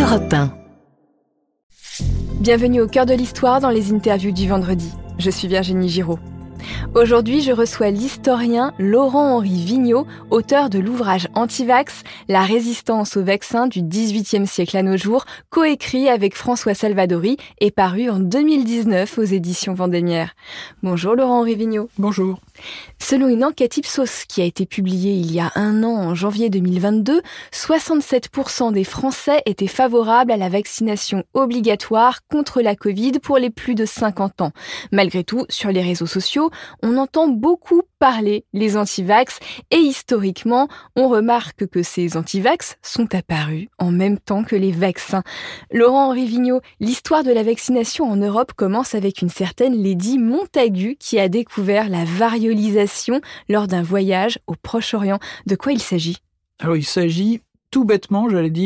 Europe 1. Bienvenue au cœur de l'histoire dans les interviews du vendredi. Je suis Virginie Giraud. Aujourd'hui, je reçois l'historien Laurent-Henri Vigneault, auteur de l'ouvrage Antivax, la résistance au vaccin du XVIIIe siècle à nos jours, coécrit avec François Salvadori et paru en 2019 aux éditions Vendémiaire. Bonjour Laurent-Henri Vigneault. Bonjour. Selon une enquête Ipsos qui a été publiée il y a un an, en janvier 2022, 67% des Français étaient favorables à la vaccination obligatoire contre la Covid pour les plus de 50 ans. Malgré tout, sur les réseaux sociaux, on entend beaucoup parler les antivax et historiquement, on remarque que ces antivax sont apparus en même temps que les vaccins. Laurent-Henri Vigneault, l'histoire de la vaccination en Europe commence avec une certaine Lady Montagu qui a découvert la variolisation lors d'un voyage au Proche-Orient. De quoi il s'agit ? Alors il s'agit tout bêtement,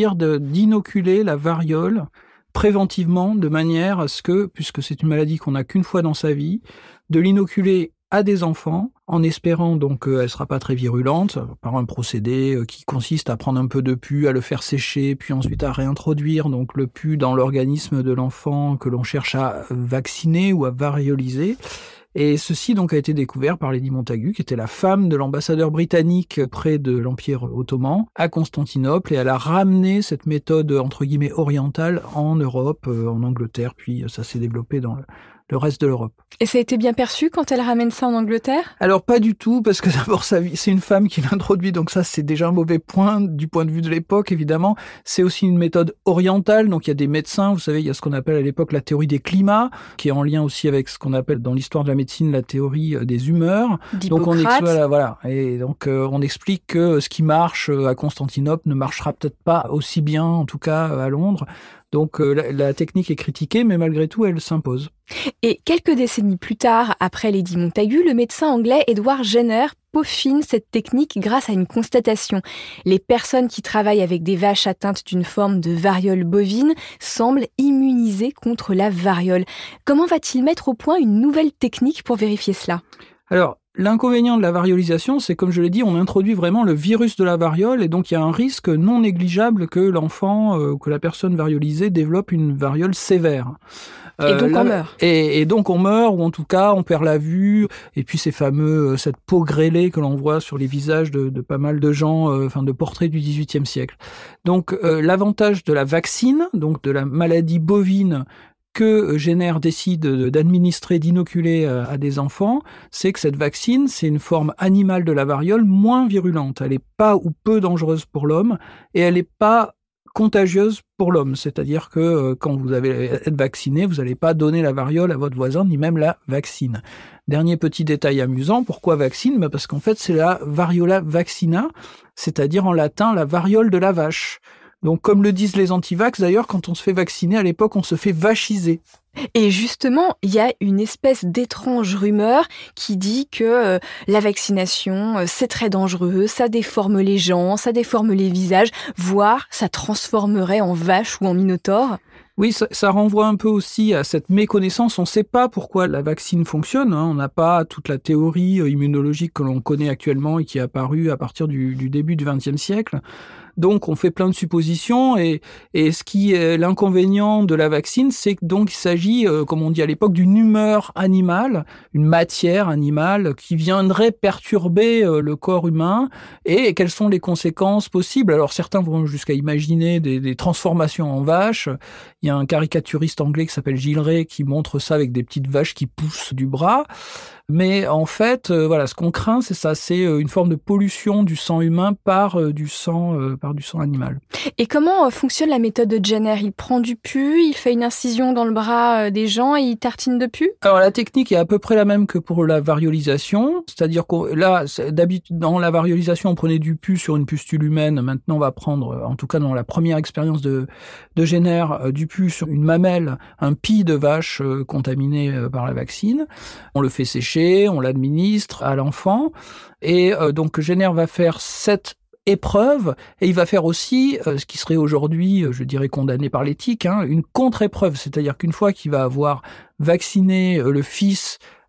d'inoculer la variole préventivement de manière à ce que, puisque c'est une maladie qu'on n'a qu'une fois dans sa vie, de l'inoculer à des enfants, en espérant donc qu'elle ne sera pas très virulente, par un procédé qui consiste à prendre un peu de pus, à le faire sécher, puis ensuite à réintroduire donc le pus dans l'organisme de l'enfant que l'on cherche à vacciner ou à varioliser. Et ceci donc a été découvert par Lady Montagu, qui était la femme de l'ambassadeur britannique près de l'Empire ottoman, à Constantinople, et elle a ramené cette méthode entre guillemets orientale en Europe, en Angleterre, puis ça s'est développé dans le reste de l'Europe. Et ça a été bien perçu quand elle ramène ça en Angleterre ? Alors pas du tout, parce que d'abord c'est une femme qui l'introduit, donc ça c'est déjà un mauvais point du point de vue de l'époque évidemment. C'est aussi une méthode orientale, donc il y a des médecins, vous savez, il y a ce qu'on appelle à l'époque la théorie des climats, qui est en lien aussi avec ce qu'on appelle dans l'histoire de la médecine la théorie des humeurs. D'Hippocrate. Donc voilà, et donc on explique que ce qui marche à Constantinople ne marchera peut-être pas aussi bien, en tout cas à Londres. Donc la technique est critiquée, mais malgré tout, elle s'impose. Et quelques décennies plus tard, après Lady Montagu, le médecin anglais Edward Jenner peaufine cette technique grâce à une constatation. Les personnes qui travaillent avec des vaches atteintes d'une forme de variole bovine semblent immunisées contre la variole. Comment va-t-il mettre au point une nouvelle technique pour vérifier cela ? Alors, l'inconvénient de la variolisation, c'est, comme je l'ai dit, on introduit vraiment le virus de la variole, et donc il y a un risque non négligeable que l'enfant, que la personne variolisée développe une variole sévère. Et donc on meurt. Et donc on meurt, ou en tout cas on perd la vue, et puis cette peau grêlée que l'on voit sur les visages de pas mal de gens, de portraits du XVIIIe siècle. Donc l'avantage de la vaccine, donc de la maladie bovine, que Jenner décide d'administrer, d'inoculer à des enfants, c'est que cette vaccine, c'est une forme animale de la variole moins virulente. Elle n'est pas ou peu dangereuse pour l'homme, et elle n'est pas contagieuse pour l'homme. C'est-à-dire que quand vous allez être vacciné, vous n'allez pas donner la variole à votre voisin, ni même la vaccine. Dernier petit détail amusant, pourquoi vaccine ? Parce qu'en fait, c'est la variola vaccina, c'est-à-dire en latin la variole de la vache. Donc, comme le disent les antivax, d'ailleurs, quand on se fait vacciner, à l'époque, on se fait vachiser. Et justement, il y a une espèce d'étrange rumeur qui dit que la vaccination, c'est très dangereux, ça déforme les gens, ça déforme les visages, voire ça transformerait en vache ou en minotaure. Oui, ça renvoie un peu aussi à cette méconnaissance. On ne sait pas pourquoi la vaccine fonctionne. On n'a pas toute la théorie immunologique que l'on connaît actuellement et qui est apparue à partir du début du XXe siècle. Donc, on fait plein de suppositions, et ce qui est l'inconvénient de la vaccine, c'est que donc il s'agit, comme on dit à l'époque, d'une humeur animale, une matière animale qui viendrait perturber le corps humain. Et quelles sont les conséquences possibles ? Alors, certains vont jusqu'à imaginer des transformations en vaches. Il y a un caricaturiste anglais qui s'appelle Gillray qui montre ça avec des petites vaches qui poussent du bras. Mais en fait, ce qu'on craint, c'est ça, c'est une forme de pollution du sang humain par du sang animal. Et comment fonctionne la méthode de Jenner ? Il prend du pus, il fait une incision dans le bras des gens et il tartine de pus ? Alors la technique est à peu près la même que pour la variolisation, c'est-à-dire que là, d'habitude, dans la variolisation, on prenait du pus sur une pustule humaine. Maintenant, on va prendre, en tout cas dans la première expérience de Jenner, du pus sur une mamelle, un pis de vache contaminé par la vaccine. On le fait sécher, on l'administre à l'enfant, et donc Jenner va faire cette épreuve, et il va faire aussi ce qui serait aujourd'hui, je dirais, condamné par l'éthique, une contre-épreuve, c'est-à-dire qu'une fois qu'il va avoir vacciné le fils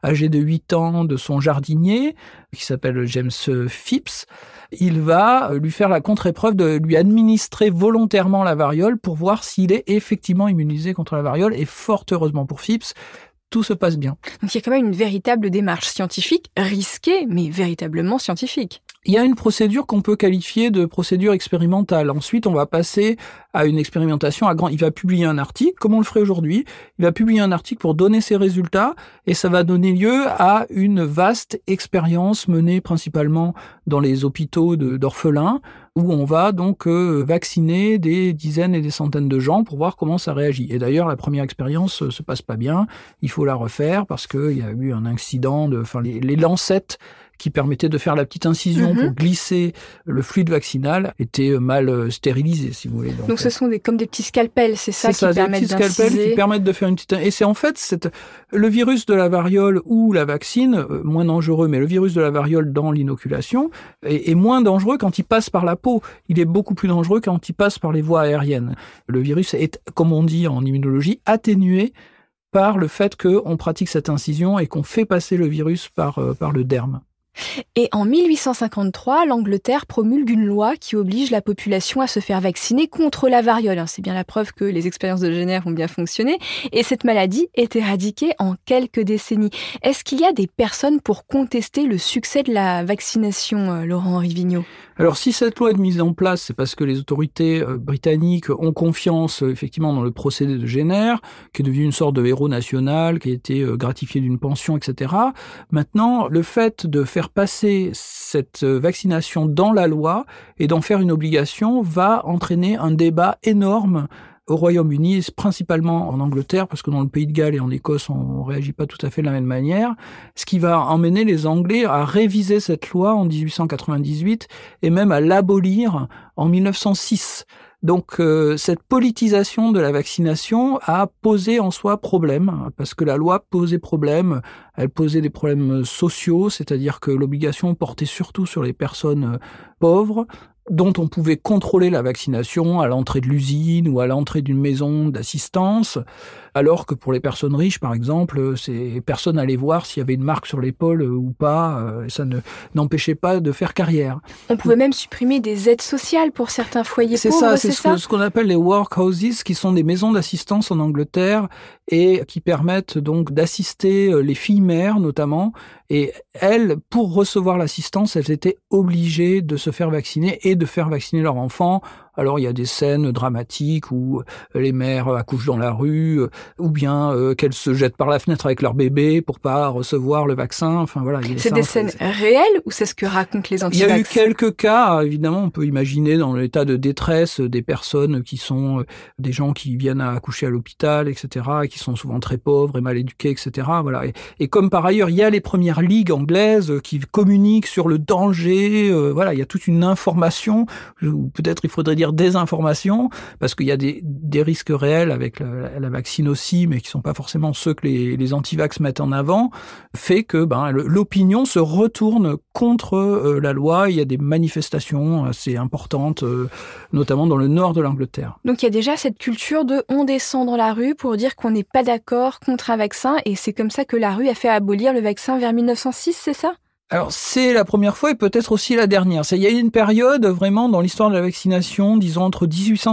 âgé de 8 ans, de son jardinier, qui s'appelle James Phipps. Il va lui faire la contre-épreuve de lui administrer volontairement la variole pour voir s'il est effectivement immunisé contre la variole. Et fort heureusement pour Phipps, tout se passe bien. Donc il y a quand même une véritable démarche scientifique, risquée, mais véritablement scientifique. Il y a une procédure qu'on peut qualifier de procédure expérimentale. Ensuite, on va passer à une expérimentation à grand. Il va publier un article, comme on le ferait aujourd'hui. Il va publier un article pour donner ses résultats et ça va donner lieu à une vaste expérience menée principalement dans les hôpitaux d'orphelins où on va donc vacciner des dizaines et des centaines de gens pour voir comment ça réagit. Et d'ailleurs, la première expérience se passe pas bien. Il faut la refaire parce qu'il y a eu un accident les lancettes qui permettait de faire la petite incision pour glisser le fluide vaccinal était mal stérilisé, si vous voulez. Donc ce sont comme des petits scalpels, c'est ça, qui permettent d'inciser. C'est ça, des petits scalpels qui permettent de faire une petite... Et c'est en fait le virus de la variole ou la vaccine, moins dangereux, mais le virus de la variole dans l'inoculation est moins dangereux quand il passe par la peau. Il est beaucoup plus dangereux quand il passe par les voies aériennes. Le virus est, comme on dit en immunologie, atténué par le fait qu'on pratique cette incision et qu'on fait passer le virus par le derme. Et en 1853, l'Angleterre promulgue une loi qui oblige la population à se faire vacciner contre la variole. C'est bien la preuve que les expériences de Jenner ont bien fonctionné. Et cette maladie est éradiquée en quelques décennies. Est-ce qu'il y a des personnes pour contester le succès de la vaccination, Laurent-Henri Vigneault ? Alors, si cette loi est mise en place, c'est parce que les autorités britanniques ont confiance, effectivement, dans le procédé de Jenner, qui est devenu une sorte de héros national, qui a été gratifié d'une pension, etc. Maintenant, le fait de faire passer cette vaccination dans la loi et d'en faire une obligation va entraîner un débat énorme au Royaume-Uni, principalement en Angleterre, parce que dans le Pays de Galles et en Écosse, on réagit pas tout à fait de la même manière, ce qui va emmener les Anglais à réviser cette loi en 1898 et même à l'abolir en 1906. Donc cette politisation de la vaccination a posé en soi problème, parce que la loi posait problème, elle posait des problèmes sociaux, c'est-à-dire que l'obligation portait surtout sur les personnes pauvres, dont on pouvait contrôler la vaccination à l'entrée de l'usine ou à l'entrée d'une maison d'assistance, alors que pour les personnes riches, par exemple, personne n'allait voir s'il y avait une marque sur l'épaule ou pas, et ça n'empêchait pas de faire carrière. On pouvait même supprimer des aides sociales pour certains foyers pauvres, c'est ça ? C'est ce qu'on appelle les workhouses, qui sont des maisons d'assistance en Angleterre et qui permettent donc d'assister les filles mères notamment. Et elles, pour recevoir l'assistance, elles étaient obligées de se faire vacciner et de faire vacciner leurs enfants. Alors il y a des scènes dramatiques où les mères accouchent dans la rue, ou bien qu'elles se jettent par la fenêtre avec leur bébé pour pas recevoir le vaccin. Enfin voilà. C'est des scènes réelles ou c'est ce que racontent les antivax ? Il y a eu quelques cas, évidemment, on peut imaginer dans l'état de détresse des personnes qui sont des gens qui viennent à accoucher à l'hôpital, etc., et qui sont souvent très pauvres et mal éduqués, etc. Voilà. Et comme par ailleurs, il y a les premières ligues anglaises qui communiquent sur le danger. Voilà, il y a toute une information, ou peut-être il faudrait dire désinformation, parce qu'il y a des risques réels avec la vaccine aussi, mais qui sont pas forcément ceux que les antivax mettent en avant, fait que l'opinion se retourne contre la loi. Il y a des manifestations assez importantes, notamment dans le nord de l'Angleterre. Donc il y a déjà cette culture de on descend dans la rue pour dire qu'on n'est pas d'accord contre un vaccin, et c'est comme ça que la rue a fait abolir le vaccin vers 1906, c'est ça ? Alors, c'est la première fois et peut-être aussi la dernière. Il y a eu une période vraiment dans l'histoire de la vaccination, disons entre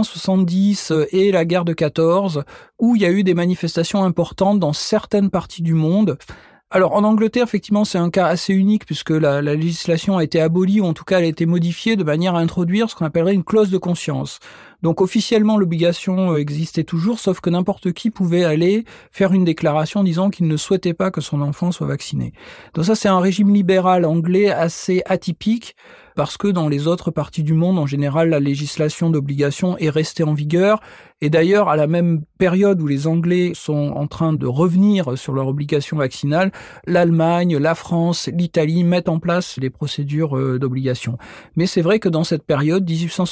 1870 et la guerre de 14, où il y a eu des manifestations importantes dans certaines parties du monde. Alors, en Angleterre, effectivement, c'est un cas assez unique puisque la législation a été abolie, ou en tout cas, elle a été modifiée de manière à introduire ce qu'on appellerait une clause de conscience. Donc, officiellement, l'obligation existait toujours, sauf que n'importe qui pouvait aller faire une déclaration disant qu'il ne souhaitait pas que son enfant soit vacciné. Donc ça, c'est un régime libéral anglais assez atypique, parce que dans les autres parties du monde, en général, la législation d'obligation est restée en vigueur. Et d'ailleurs, à la même période où les Anglais sont en train de revenir sur leur obligation vaccinale, l'Allemagne, la France, l'Italie mettent en place les procédures d'obligation. Mais c'est vrai que dans cette période,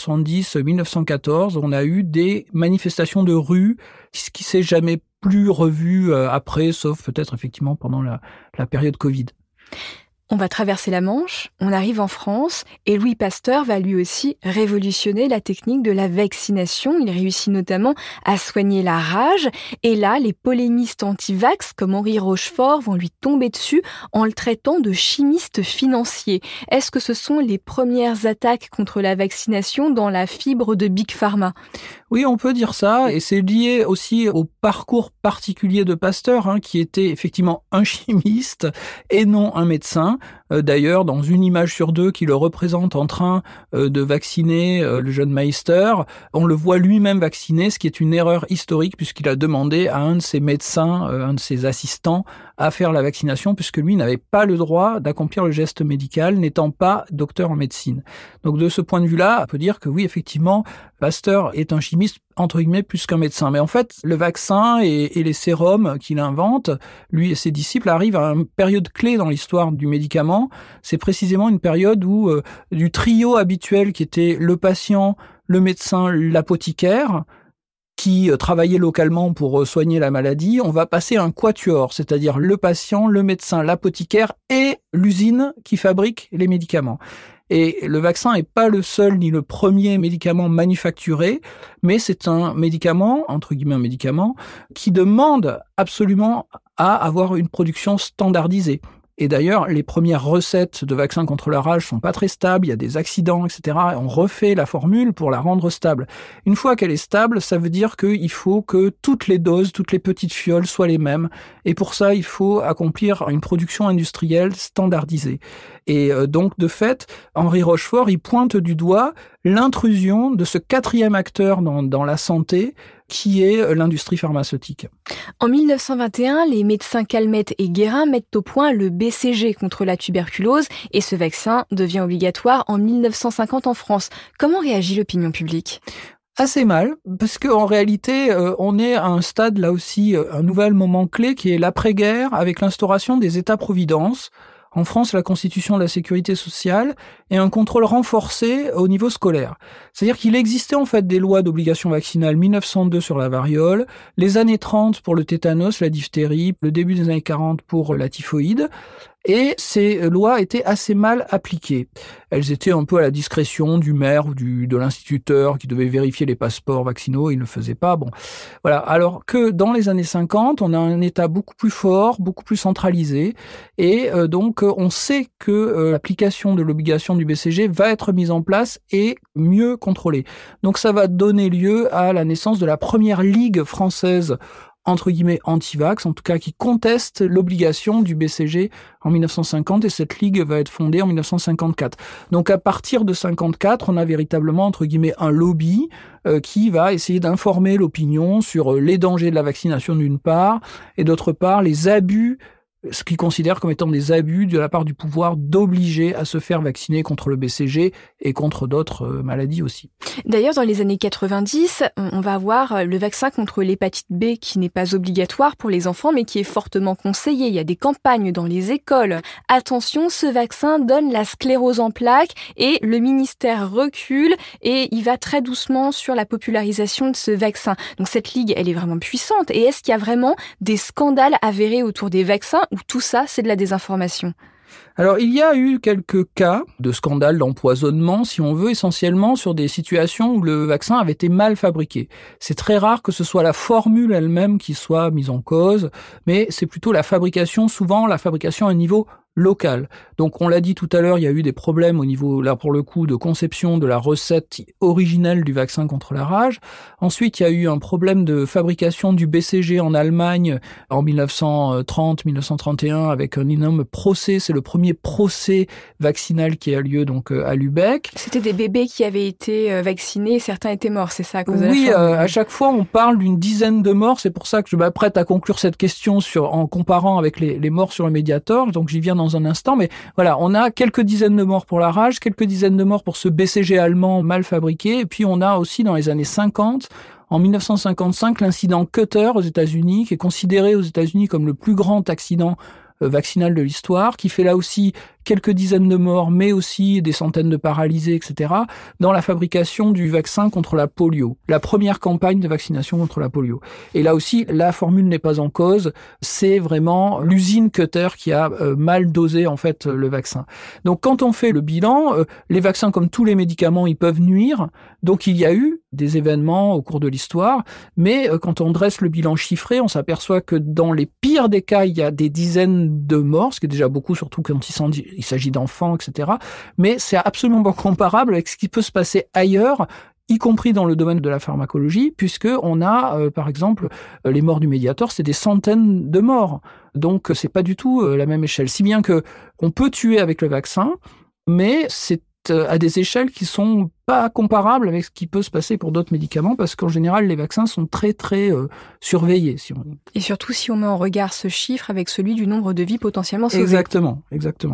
1870-1914, on a eu des manifestations de rue, ce qui s'est jamais plus revu après, sauf peut-être effectivement pendant la période Covid. On va traverser la Manche, on arrive en France et Louis Pasteur va lui aussi révolutionner la technique de la vaccination. Il réussit notamment à soigner la rage et là, les polémistes anti-vax comme Henri Rochefort vont lui tomber dessus en le traitant de chimiste financier. Est-ce que ce sont les premières attaques contre la vaccination dans la fibre de Big Pharma ? Oui, on peut dire ça, et c'est lié aussi au parcours particulier de Pasteur, qui était effectivement un chimiste et non un médecin. D'ailleurs, dans une image sur deux qui le représente en train de vacciner le jeune Meister, on le voit lui-même vacciner, ce qui est une erreur historique puisqu'il a demandé à un de ses médecins, un de ses assistants, à faire la vaccination puisque lui n'avait pas le droit d'accomplir le geste médical, n'étant pas docteur en médecine. Donc de ce point de vue-là, on peut dire que oui, effectivement, Pasteur est un chimiste entre guillemets plus qu'un médecin. Mais en fait, le vaccin et les sérums qu'il invente, lui et ses disciples, arrivent à une période clé dans l'histoire du médicament. C'est précisément une période où du trio habituel qui était le patient, le médecin, l'apothicaire, qui travaillait localement pour soigner la maladie, on va passer à un quatuor, c'est-à-dire le patient, le médecin, l'apothicaire et l'usine qui fabrique les médicaments. Et le vaccin n'est pas le seul ni le premier médicament manufacturé, mais c'est un médicament, entre guillemets un médicament, qui demande absolument à avoir une production standardisée. Et d'ailleurs, les premières recettes de vaccins contre la rage sont pas très stables, il y a des accidents, etc. Et on refait la formule pour la rendre stable. Une fois qu'elle est stable, ça veut dire qu'il faut que toutes les doses, toutes les petites fioles soient les mêmes. Et pour ça, il faut accomplir une production industrielle standardisée. Et donc, de fait, Henri Rochefort, il pointe du doigt l'intrusion de ce quatrième acteur dans la santé, qui est l'industrie pharmaceutique. En 1921, les médecins Calmette et Guérin mettent au point le BCG contre la tuberculose et ce vaccin devient obligatoire en 1950 en France. Comment réagit l'opinion publique ? Assez mal, parce qu'en réalité, on est à un stade, là aussi, un nouvel moment clé qui est l'après-guerre avec l'instauration des États-providence. En France, la constitution de la sécurité sociale et un contrôle renforcé au niveau scolaire. C'est-à-dire qu'il existait en fait des lois d'obligation vaccinale 1902 sur la variole, les années 30 pour le tétanos, la diphtérie, le début des années 40 pour la typhoïde. Et ces lois étaient assez mal appliquées. Elles étaient un peu à la discrétion du maire ou de l'instituteur qui devait vérifier les passeports vaccinaux, il ne le faisait pas. Bon, voilà. Alors que dans les années 50, on a un État beaucoup plus fort, beaucoup plus centralisé, et donc on sait que l'application de l'obligation du BCG va être mise en place et mieux contrôlée. Donc ça va donner lieu à la naissance de la première ligue française entre guillemets anti-vax, en tout cas qui conteste l'obligation du BCG en 1950, et cette ligue va être fondée en 1954. Donc à partir de 54, on a véritablement entre guillemets un lobby qui va essayer d'informer l'opinion sur les dangers de la vaccination d'une part, et d'autre part les abus, ce qu'ils considèrent comme étant des abus de la part du pouvoir d'obliger à se faire vacciner contre le BCG et contre d'autres maladies aussi. D'ailleurs, dans les années 90, on va avoir le vaccin contre l'hépatite B qui n'est pas obligatoire pour les enfants, mais qui est fortement conseillé. Il y a des campagnes dans les écoles. Attention, ce vaccin donne la sclérose en plaques et le ministère recule et il va très doucement sur la popularisation de ce vaccin. Donc cette ligue, elle est vraiment puissante. Et est-ce qu'il y a vraiment des scandales avérés autour des vaccins ou tout ça, c'est de la désinformation ? Alors, il y a eu quelques cas de scandales d'empoisonnement, si on veut, essentiellement sur des situations où le vaccin avait été mal fabriqué. C'est très rare que ce soit la formule elle-même qui soit mise en cause, mais c'est plutôt la fabrication, souvent la fabrication à un niveau local. Donc on l'a dit tout à l'heure, il y a eu des problèmes au niveau, là pour le coup, de conception de la recette originelle du vaccin contre la rage. Ensuite, il y a eu un problème de fabrication du BCG en Allemagne en 1930-1931 avec un énorme procès. C'est le premier procès vaccinal qui a lieu donc à Lübeck. C'était des bébés qui avaient été vaccinés et certains étaient morts, c'est ça à cause de la Oui, formule. à chaque fois on parle d'une dizaine de morts. C'est pour ça que je m'apprête à conclure cette question en comparant avec les morts sur le Mediator. Donc j'y viens dans un instant, mais voilà, on a quelques dizaines de morts pour la rage, quelques dizaines de morts pour ce BCG allemand mal fabriqué, et puis on a aussi dans les années 50, en 1955, l'incident Cutter aux États-Unis, qui est considéré aux États-Unis comme le plus grand accident vaccinal de l'histoire, qui fait là aussi quelques dizaines de morts, mais aussi des centaines de paralysés, etc., dans la fabrication du vaccin contre la polio, la première campagne de vaccination contre la polio. Et là aussi, la formule n'est pas en cause, c'est vraiment l'usine Cutter qui a mal dosé en fait le vaccin. Donc quand on fait le bilan, les vaccins comme tous les médicaments, ils peuvent nuire. Donc il y a eu des événements au cours de l'histoire, mais quand on dresse le bilan chiffré, on s'aperçoit que dans les pires des cas, il y a des dizaines de morts, ce qui est déjà beaucoup, surtout quand il s'agit d'enfants, etc. Mais c'est absolument pas comparable avec ce qui peut se passer ailleurs, y compris dans le domaine de la pharmacologie, puisque on a, par exemple, les morts du Mediator, c'est des centaines de morts. Donc c'est pas du tout la même échelle. Si bien que on peut tuer avec le vaccin, mais c'est à des échelles qui sont pas comparables avec ce qui peut se passer pour d'autres médicaments, parce qu'en général, les vaccins sont très, très surveillés. Si on... Et surtout si on met en regard ce chiffre avec celui du nombre de vies potentiellement sauvées. Exactement.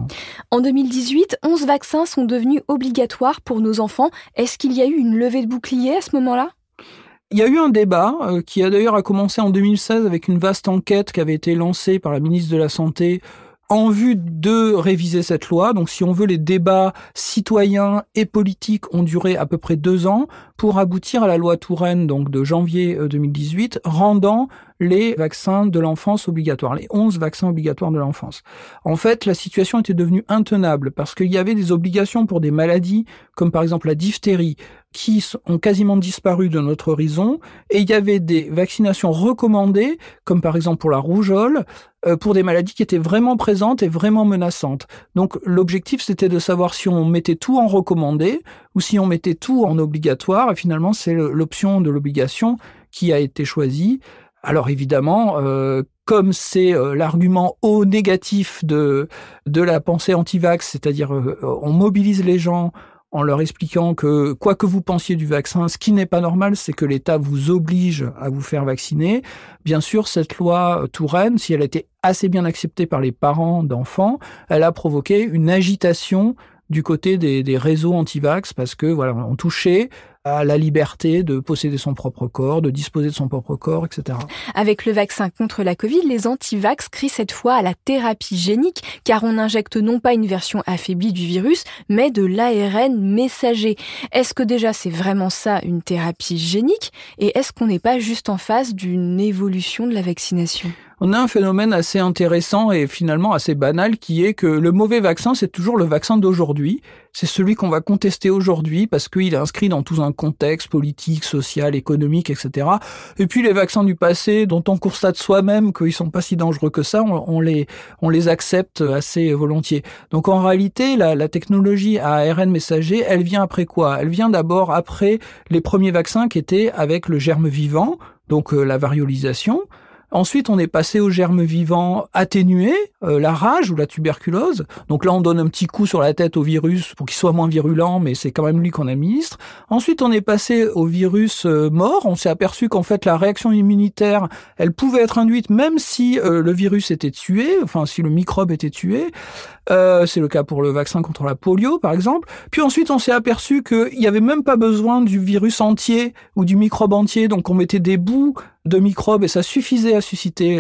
En 2018, 11 vaccins sont devenus obligatoires pour nos enfants. Est-ce qu'il y a eu une levée de bouclier à ce moment-là ? Il y a eu un débat qui a d'ailleurs commencé en 2016 avec une vaste enquête qui avait été lancée par la ministre de la Santé en vue de réviser cette loi. Donc, si on veut, les débats citoyens et politiques ont duré à peu près 2 ans pour aboutir à la loi Touraine, donc de janvier 2018, rendant les vaccins de l'enfance obligatoires, les 11 vaccins obligatoires de l'enfance. En fait, la situation était devenue intenable parce qu'il y avait des obligations pour des maladies comme par exemple la diphtérie qui ont quasiment disparu de notre horizon, et il y avait des vaccinations recommandées comme par exemple pour la rougeole, pour des maladies qui étaient vraiment présentes et vraiment menaçantes. Donc l'objectif, c'était de savoir si on mettait tout en recommandé ou si on mettait tout en obligatoire, et finalement c'est l'option de l'obligation qui a été choisie. Alors évidemment, comme c'est l'argument haut négatif de la pensée anti-vax, c'est-à-dire on mobilise les gens en leur expliquant que quoi que vous pensiez du vaccin, ce qui n'est pas normal, c'est que l'État vous oblige à vous faire vacciner. Bien sûr, cette loi Touraine, si elle a été assez bien acceptée par les parents d'enfants, elle a provoqué une agitation du côté des réseaux anti-vax, parce que voilà, on touchait à la liberté de posséder son propre corps, de disposer de son propre corps, etc. Avec le vaccin contre la Covid, les anti-vax crient cette fois à la thérapie génique, car on injecte non pas une version affaiblie du virus, mais de l'ARN messager. Est-ce que déjà c'est vraiment ça, une thérapie génique ? Et est-ce qu'on n'est pas juste en face d'une évolution de la vaccination ? On a un phénomène assez intéressant et finalement assez banal qui est que le mauvais vaccin, c'est toujours le vaccin d'aujourd'hui. C'est celui qu'on va contester aujourd'hui parce qu'il est inscrit dans tout un contexte politique, social, économique, etc. Et puis les vaccins du passé, dont on constate soi-même qu'ils sont pas si dangereux que ça, on les accepte assez volontiers. Donc en réalité, la technologie à ARN messager, elle vient après quoi ? Elle vient d'abord après les premiers vaccins qui étaient avec le germe vivant, donc la variolisation. Ensuite, on est passé aux germes vivants atténués, la rage ou la tuberculose. Donc là, on donne un petit coup sur la tête au virus pour qu'il soit moins virulent, mais c'est quand même lui qu'on administre. Ensuite, on est passé au virus mort. On s'est aperçu qu'en fait, la réaction immunitaire, elle pouvait être induite même si le virus était tué, enfin si le microbe était tué. C'est le cas pour le vaccin contre la polio, par exemple. Puis ensuite, on s'est aperçu qu'il n'y avait même pas besoin du virus entier ou du microbe entier. Donc, on mettait des bouts de microbes et ça suffisait à susciter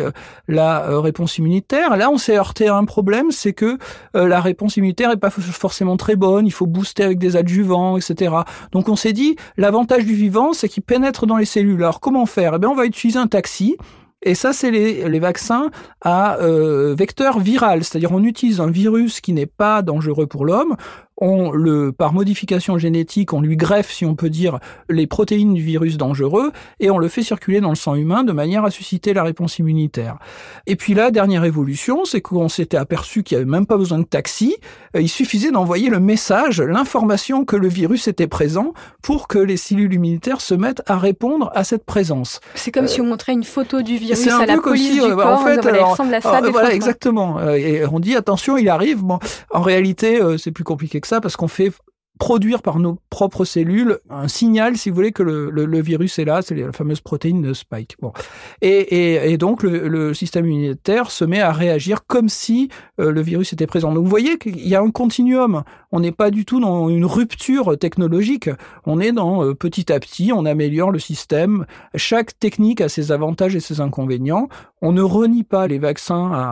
la réponse immunitaire. Là, on s'est heurté à un problème, c'est que la réponse immunitaire n'est pas forcément très bonne. Il faut booster avec des adjuvants, etc. Donc, on s'est dit, l'avantage du vivant, c'est qu'il pénètre dans les cellules. Alors, comment faire ? Eh bien, on va utiliser un taxi. Et ça, c'est les vaccins à vecteur viral, c'est-à-dire on utilise un virus qui n'est pas dangereux pour l'homme, par modification génétique, on lui greffe, si on peut dire, les protéines du virus dangereux, et on le fait circuler dans le sang humain de manière à susciter la réponse immunitaire. Et puis la dernière évolution, c'est qu'on s'était aperçu qu'il n'y avait même pas besoin de taxi, il suffisait d'envoyer le message, l'information que le virus était présent, pour que les cellules immunitaires se mettent à répondre à cette présence. C'est comme si on montrait une photo du virus à la police du corps, en fait, il ressemble à ça. Voilà, exactement. Et on dit, attention, il arrive. Bon, en réalité, c'est plus compliqué que ça, parce qu'on fait produire par nos propres cellules un signal, si vous voulez, que le virus est là, c'est la fameuse protéine de Spike. Bon. Et donc, le système immunitaire se met à réagir comme si le virus était présent. Donc, vous voyez qu'il y a un continuum. On n'est pas du tout dans une rupture technologique. On est dans, petit à petit, on améliore le système. Chaque technique a ses avantages et ses inconvénients. On ne renie pas les vaccins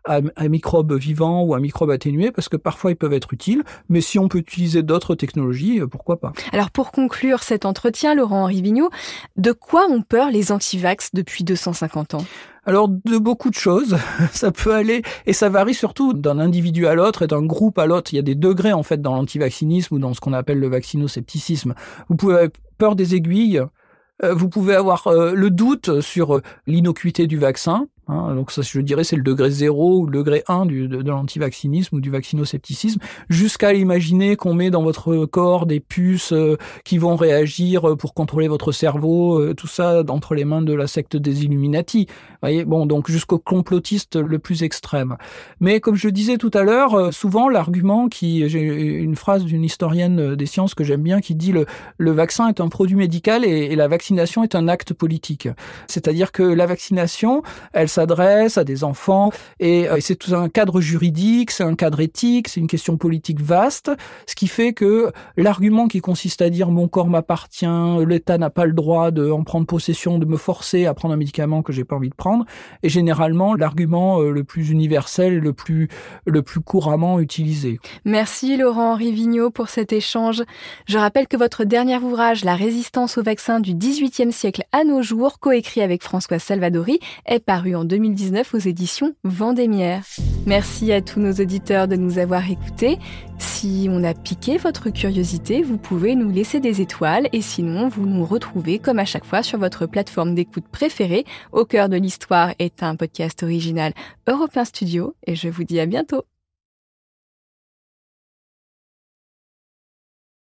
à microbes vivants ou à microbes atténués, parce que parfois ils peuvent être utiles, mais si on peut utiliser d'autres technologies, pourquoi pas. Alors pour conclure cet entretien, Laurent-Henri Vigneault, de quoi ont peur les antivax depuis 250 ans ? Alors, de beaucoup de choses, ça peut aller, et ça varie surtout d'un individu à l'autre et d'un groupe à l'autre. Il y a des degrés, en fait, dans l'antivaccinisme ou dans ce qu'on appelle le vaccinoscepticisme. Vous pouvez avoir peur des aiguilles, vous pouvez avoir le doute sur l'innocuité du vaccin. Donc ça, je dirais, c'est le degré 0 ou le degré 1 de l'antivaccinisme ou du vaccinoscepticisme, jusqu'à imaginer qu'on met dans votre corps des puces qui vont réagir pour contrôler votre cerveau, tout ça entre les mains de la secte des Illuminati. Vous voyez, bon, donc jusqu'au complotiste le plus extrême. Mais comme je disais tout à l'heure, souvent l'argument j'ai une phrase d'une historienne des sciences que j'aime bien qui dit le vaccin est un produit médical et la vaccination est un acte politique. C'est-à-dire que la vaccination, elle s'adresse à des enfants et c'est tout un cadre juridique, c'est un cadre éthique, c'est une question politique vaste, ce qui fait que l'argument qui consiste à dire mon corps m'appartient, l'État n'a pas le droit de en prendre possession, de me forcer à prendre un médicament que j'ai pas envie de prendre, est généralement l'argument le plus universel et le plus couramment utilisé. Merci Laurent-Henri Vigneault pour cet échange. Je rappelle que votre dernier ouvrage, La résistance au vaccin du XVIIIe siècle à nos jours, coécrit avec Françoise Salvadori, est paru en 2019 aux éditions Vendémiaire. Merci à tous nos auditeurs de nous avoir écoutés. Si on a piqué votre curiosité, vous pouvez nous laisser des étoiles et sinon vous nous retrouvez comme à chaque fois sur votre plateforme d'écoute préférée. Au cœur de l'histoire est un podcast original Europe 1 Studio et je vous dis à bientôt.